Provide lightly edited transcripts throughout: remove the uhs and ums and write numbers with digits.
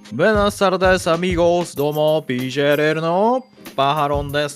ブエナスタルデスアミゴス。どうも PJLL のバハロンです。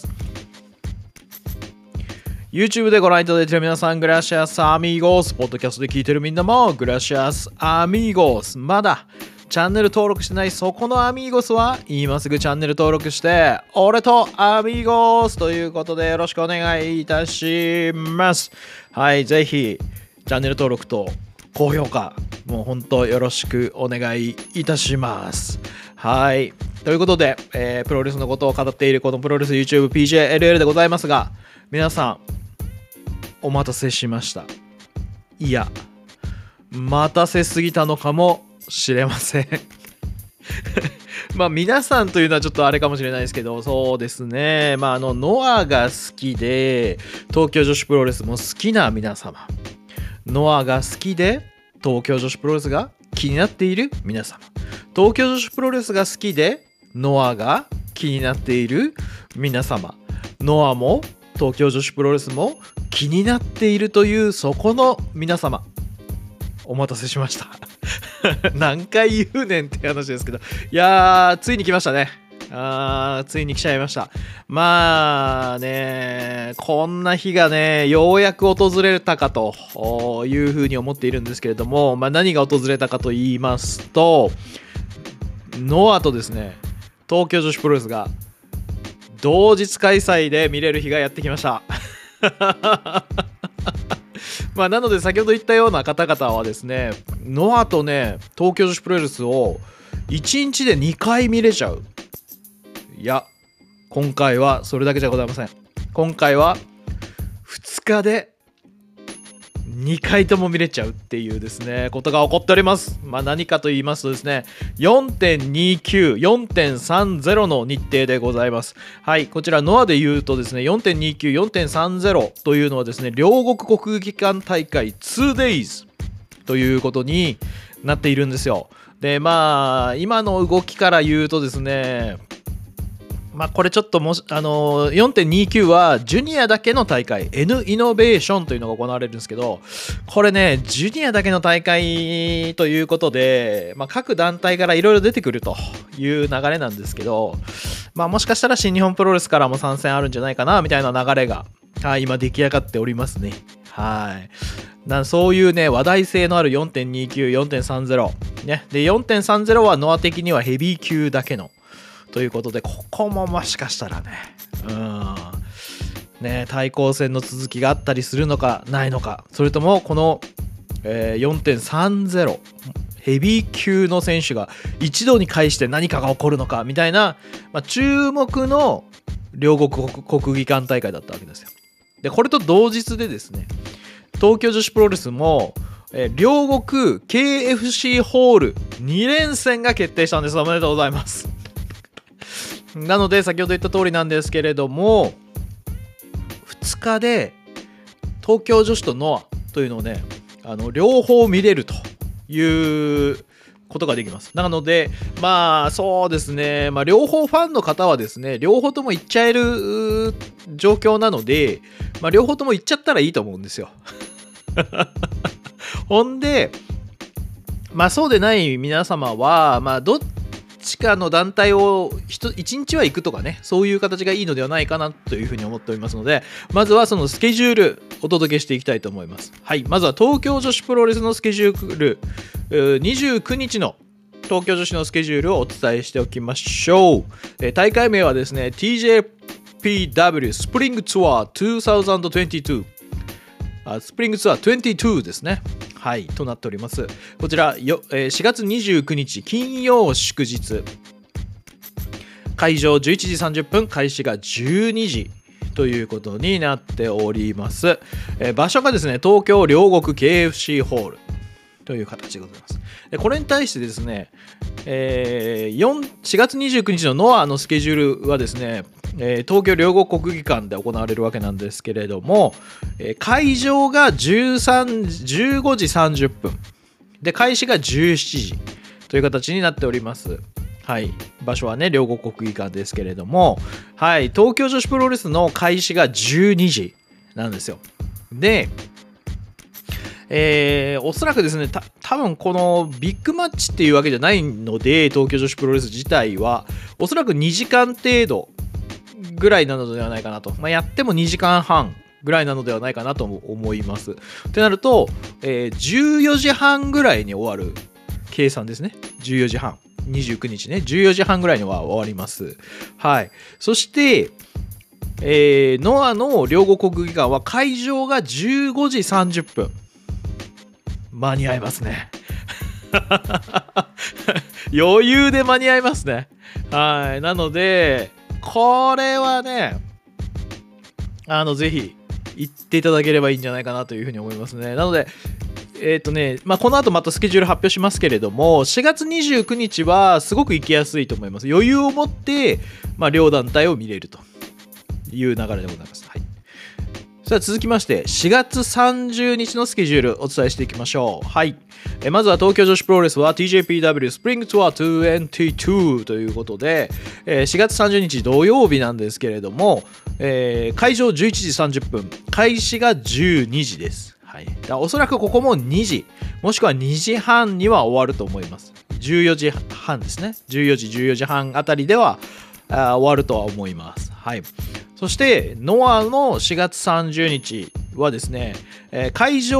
YouTube でご覧いただいている皆さん、グラシアスアミゴス。ポッドキャストで聞いているみんなもグラシアスアミゴス。まだチャンネル登録してないそこのアミゴスは今すぐチャンネル登録して俺とアミゴスということでよろしくお願いいたします。はい、ぜひチャンネル登録と高評価もう本当よろしくお願いいたします。はい、ということで、プロレスのことを語っているこのプロレス YouTube PJLL でございますが、皆さんお待たせしました。いや、待たせすぎたのかもしれませんまあ皆さんというのはちょっとあれかもしれないですけど、そうですね、ノアが好きで東京女子プロレスも好きな皆様、ノアが好きで東京女子プロレスが気になっている皆様、東京女子プロレスが好きでノアが気になっている皆様、ノアも東京女子プロレスも気になっているというそこの皆様、お待たせしました何回言うねんって話ですけど、いやーついに来ましたね。ついに来ちゃいました。まあね、こんな日がねようやく訪れたかというふうに思っているんですけれども、何が訪れたかと言いますと、ノアとですね東京女子プロレスが同日開催で見れる日がやってきましたなので先ほど言ったような方々はですね、ノアとね東京女子プロレスを1日で2回見れちゃう。いや、今回はそれだけじゃございません。今回は2日で2回とも見れちゃうっていうですねことが起こっております。何かと言いますとですね、 4.29 4.30 の日程でございます。はい、こちらノアで言うとですね 4.29 4.30 というのはですね、両国国技館大会 2days ということになっているんですよ。で今の動きから言うとですね、これちょっと4.29 はジュニアだけの大会 N イノベーションというのが行われるんですけど、これねジュニアだけの大会ということで、各団体からいろいろ出てくるという流れなんですけど、もしかしたら新日本プロレスからも参戦あるんじゃないかなみたいな流れが今出来上がっておりますね。はい、そういうね話題性のある 4.29 4.30 ね、で 4.30 はノア的にはヘビー級だけのということで、ここももしかしたらね対抗戦の続きがあったりするのかないのか、それともこの、4.30 ヘビー級の選手が一度に返して何かが起こるのかみたいな、注目の両国国技館大会だったわけですよ。でこれと同日でですね、東京女子プロレスも両国 KFC ホール2連戦が決定したんです。おめでとうございますなので先ほど言った通りなんですけれども、2日で東京女子とノアというのをね両方見れるということができます。なのでそうですね、両方ファンの方はですね両方とも行っちゃえる状況なので、両方とも行っちゃったらいいと思うんですよほんでそうでない皆様はどっちかの団体を1日は行くとかね、そういう形がいいのではないかなというふうに思っておりますので、まずはそのスケジュールお届けしていきたいと思います。はい、まずは東京女子プロレスのスケジュール、29日の東京女子のスケジュールをお伝えしておきましょう。大会名はですね TJPW スプリングツアー2022、スプリングツアー22ですね。はい、となっております。こちら4月29日金曜祝日、会場11時30分、開始が12時ということになっております。場所がですね東京両国 KFC ホールという形でございます。これに対してですね、4月29日のノアのスケジュールはですね、東京両国国技館で行われるわけなんですけれども、会場が15時30分で開始が17時という形になっております。はい、場所はね両国国技館ですけれども、はい、東京女子プロレスの開始が12時なんですよ。でおそらくですね、多分このビッグマッチっていうわけじゃないので、東京女子プロレス自体はおそらく2時間程度ぐらいなのではないかなと、やっても2時間半ぐらいなのではないかなと思います。ってなると、14時半ぐらいに終わる計算ですね。14時半。29日ね。14時半ぐらいには終わります。はい。そして、ノアの両国国技館は会場が15時30分。間に合いますね。余裕で間に合いますね。はい。なので、これはね、ぜひ行っていただければいいんじゃないかなというふうに思いますね。なので、この後またスケジュール発表しますけれども、4月29日はすごく行きやすいと思います。余裕を持って、両団体を見れるという流れでございます。はい。さあ続きまして、4月30日のスケジュールお伝えしていきましょう。はい。まずは東京女子プロレスは TJPW スプリングツアー22ということで、4月30日土曜日なんですけれども、会場11時30分、開始が12時です。はい。おそらくここも2時、もしくは2時半には終わると思います。14時半ですね。14時半あたりでは終わるとは思います。はい。そしてノアの4月30日はですね、会場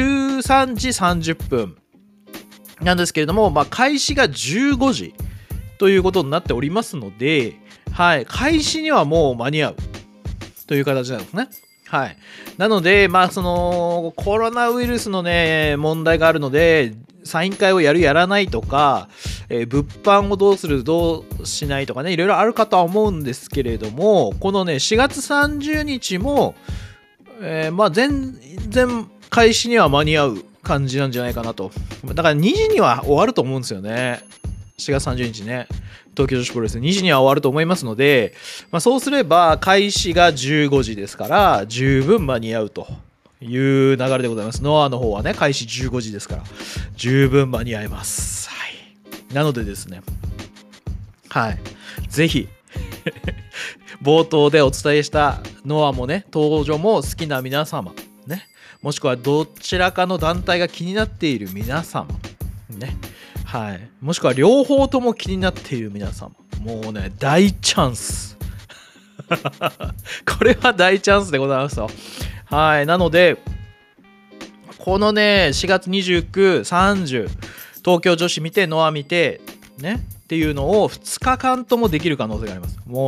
13時30分なんですけれども、開始が15時ということになっておりますので、はい、開始にはもう間に合うという形なんですね。はい。なので、そのコロナウイルスのね、問題があるので、サイン会をやるやらないとか、物販をどうするどうしないとかね、いろいろあるかとは思うんですけれども、このね4月30日も、全然開始には間に合う感じなんじゃないかなと。だから2時には終わると思うんですよね。4月30日ね、東京女子プロレス2時には終わると思いますので、そうすれば開始が15時ですから十分間に合うという流れでございます。ノアの方はね、開始15時ですから十分間に合います。はい。なのでですね、はい、ぜひ冒頭でお伝えしたノアもね、登場も好きな皆様ね、もしくはどちらかの団体が気になっている皆様ね、はい、もしくは両方とも気になっている皆様、もうね大チャンスこれは大チャンスでございますよ。はい。なのでこのね4月29、30東京女子見てノア見てねっていうのを2日間ともできる可能性があります。もう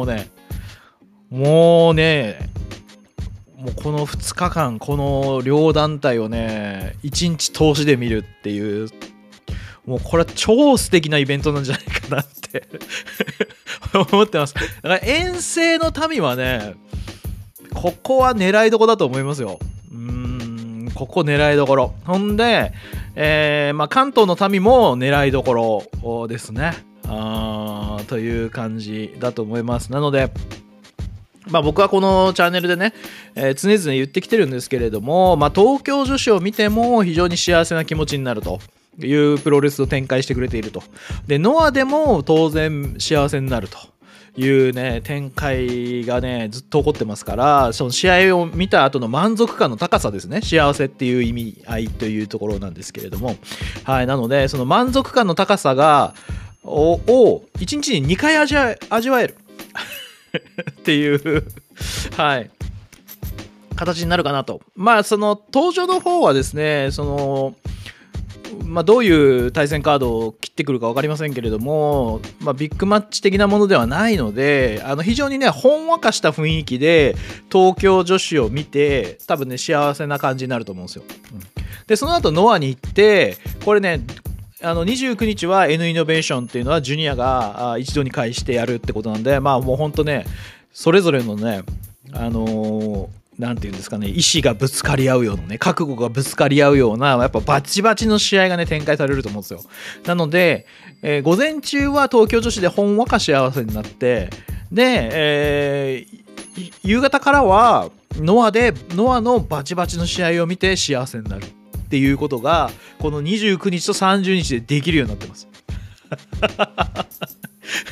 この2日間この両団体をね1日通しで見るっていう、もうこれは超素敵なイベントなんじゃないかなって思ってます。だから遠征の民はね、ここは狙いどころだと思いますよ。ここ狙いどころ。ほんで、関東の民も狙いどころですね。という感じだと思います。なので、僕はこのチャンネルでね、常々言ってきてるんですけれども、東京女子を見ても非常に幸せな気持ちになるというプロレスを展開してくれていると。で、ノアでも当然幸せになるというね、展開がね、ずっと起こってますから、その試合を見た後の満足感の高さですね、幸せっていう意味合いというところなんですけれども、はい、なので、その満足感の高さを1日に2回味わえる。っていうはい、形になるかなと。その登場の方はですね、どういう対戦カードを切ってくるか分かりませんけれども、ビッグマッチ的なものではないので、非常にねほんわかした雰囲気で東京女子を見て多分ね幸せな感じになると思うんですよ。でその後ノアに行って、これね29日は N イノベーションっていうのはジュニアが一堂に会してやるってことなんで、もうほんとねそれぞれのねなんていうんですかね、意志がぶつかり合うようなね、覚悟がぶつかり合うような、やっぱバチバチの試合がね展開されると思うんですよ。なので、午前中は東京女子でほんわか幸せになって、で、夕方からはノアのバチバチの試合を見て幸せになるっていうことがこの29日と30日でできるようになってます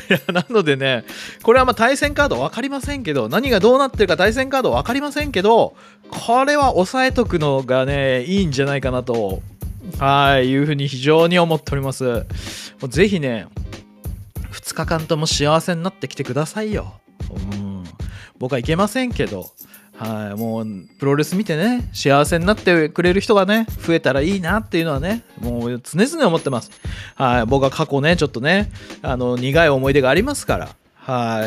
なのでね、これはまあ対戦カード分かりませんけど、何がどうなってるか対戦カード分かりませんけど、これは押さえとくのがね、いいんじゃないかなと、いうふうに非常に思っております。もうぜひね、2日間とも幸せになってきてくださいよ。僕はいけませんけど、もうプロレス見てね、幸せになってくれる人がね、増えたらいいなっていうのはね、もう常々思ってます。僕は過去ね、ちょっとね、苦い思い出がありますから、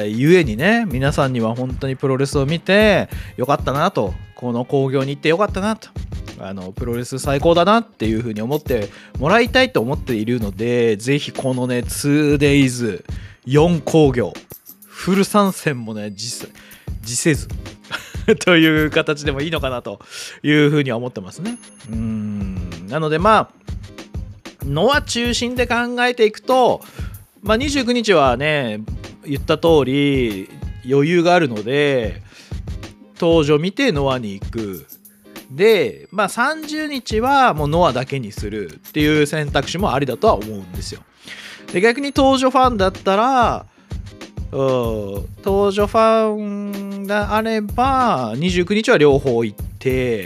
ゆえにね、皆さんには本当にプロレスを見てよかったなと、この興行に行ってよかったなと、プロレス最高だなっていう風に思ってもらいたいと思っているので、ぜひこのね 2days 4興行フル参戦もね辞せずという形でもいいのかなという風には思ってますね。なのでまあノア中心で考えていくと、29日はね言った通り余裕があるので登場見てノアに行く。で、30日はもうノアだけにするっていう選択肢もありだとは思うんですよ。で、逆に登場ファンだったら、登場ファンがあれば29日は両方行って、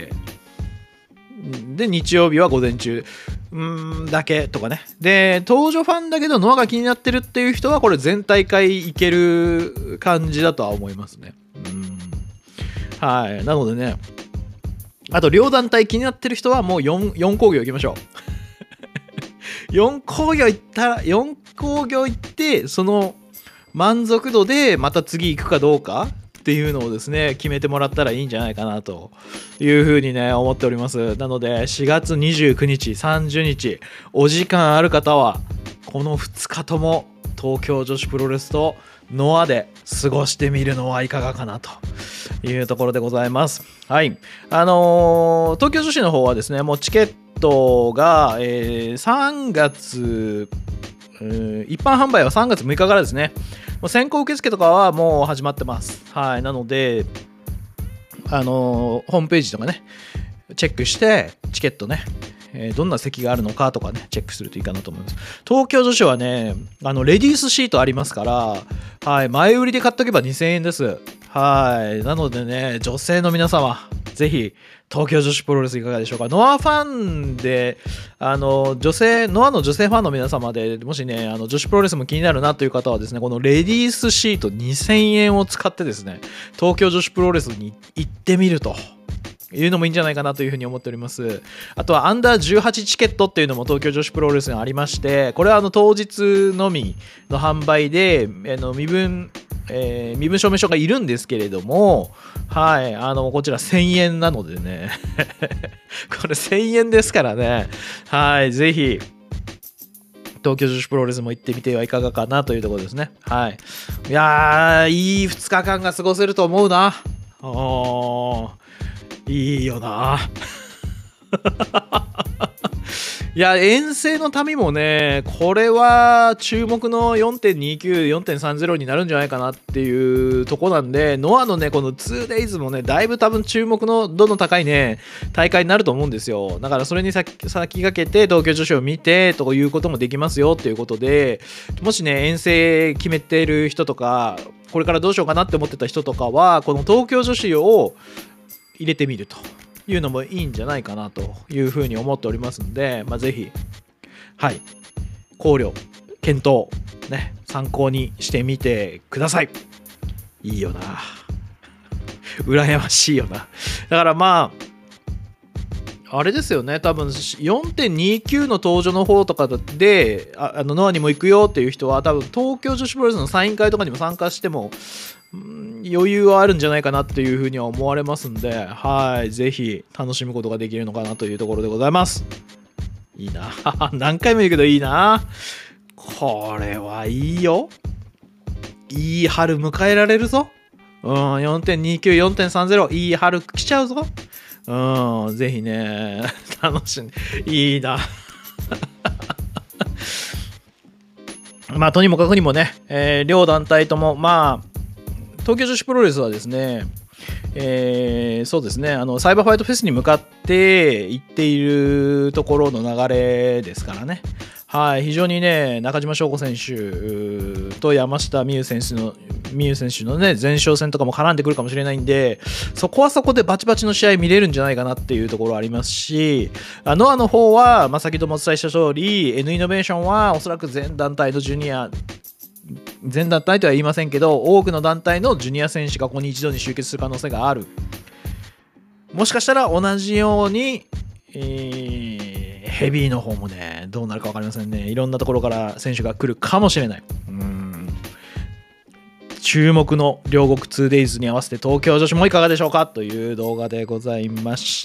で日曜日は午前中だけとかね。で、登場ファンだけどノアが気になってるっていう人はこれ全大会行ける感じだとは思いますね。なのでね、あと両団体気になってる人はもう4興行行きましょう。4興行行ってその満足度でまた次行くかどうかっていうのをですね決めてもらったらいいんじゃないかなというふうにね思っております。なので4月29日30日お時間ある方はこの2日とも東京女子プロレスとノアで過ごしてみるのはいかがかなというところでございます。東京女子の方はですねもうチケットが、3月一般販売は3月6日からですね。もう先行受付とかはもう始まってます。なのでホームページとかねチェックしてチケットねどんな席があるのかとかねチェックするといいかなと思います。東京女子はねレディースシートありますから、前売りで買っとけば2000円です。なのでね女性の皆様ぜひ東京女子プロレスいかがでしょうか。ノアファンでノアの女性ファンの皆様でもしね女子プロレスも気になるなという方はですねこのレディースシート2000円を使ってですね東京女子プロレスに行ってみるというのもいいんじゃないかなというふうに思っております。あとはアンダー18チケットっていうのも東京女子プロレスがありまして、これは当日のみの販売で身分証明書がいるんですけれども、こちら1000円なのでねこれ1000円ですからね、ぜひ東京女子プロレスも行ってみてはいかがかなというところですね。いやーいい2日間が過ごせると思うな。いいよないや遠征の民もねこれは注目の 4.29、4.30 になるんじゃないかなっていうとこなんで、ノアのねこの 2days もねだいぶ多分注目の度の高いね大会になると思うんですよ。だからそれに先駆けて東京女子を見てということもできますよっていうことで、もしね遠征決めてる人とかこれからどうしようかなって思ってた人とかはこの東京女子を入れてみるというのもいいんじゃないかなというふうに思っておりますので、ぜひ考慮検討ね参考にしてみてください。いいよな羨ましいよな。だからあれですよね、多分 4.29 の登場の方とかでノアにも行くよっていう人は多分東京女子プロレスのサイン会とかにも参加しても余裕はあるんじゃないかなっていうふうには思われますんで、ぜひ楽しむことができるのかなというところでございます。いいな何回も言うけどいいなこれはいいよ。いい春迎えられるぞ。4.29、4.30 いい春来ちゃうぞ。ぜひね楽しんでいいなとにもかくにもね、両団体とも東京女子プロレスはですね、そうですねサイバーファイトフェスに向かって行っているところの流れですからね。 はい、非常にね、中島翔子選手と山下美夢選手のね、前哨戦とかも絡んでくるかもしれないんで、そこはそこでバチバチの試合見れるんじゃないかなっていうところありますし、ノアの方は、先ほどもお伝えした通り、N イノベーションはおそらく全団体のジュニア、全団体とは言いませんけど、多くの団体のジュニア選手がここに一度に集結する可能性がある。もしかしたら同じように、ヘビーの方もね、どうなるか分かりませんね。いろんなところから選手が来るかもしれない。注目の両国 2days に合わせて東京女子もいかがでしょうかという動画でございました。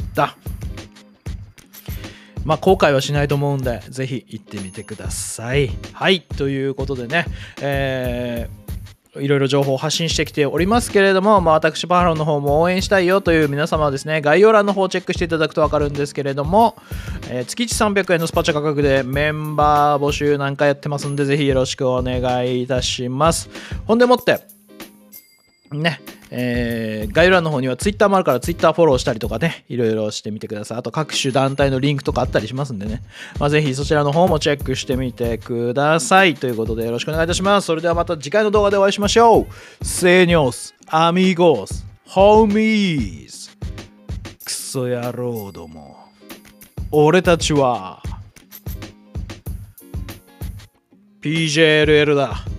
後悔はしないと思うんで、ぜひ行ってみてください。はい、ということでね、いろいろ情報を発信してきておりますけれども、私パハロンの方も応援したいよという皆様はですね、概要欄の方をチェックしていただくと分かるんですけれども、月1 300円のスパチャ価格でメンバー募集なんかやってますんで、ぜひよろしくお願いいたします。ほんでもってね、概要欄の方には Twitter もあるから Twitter フォローしたりとかね、いろいろしてみてください。あと各種団体のリンクとかあったりしますんでね、ぜひそちらの方もチェックしてみてください。ということでよろしくお願いいたします。それではまた次回の動画でお会いしましょう。セーニョス、アミゴス、ホーミーズ、クソ野郎ども。俺たちは PJLL だ。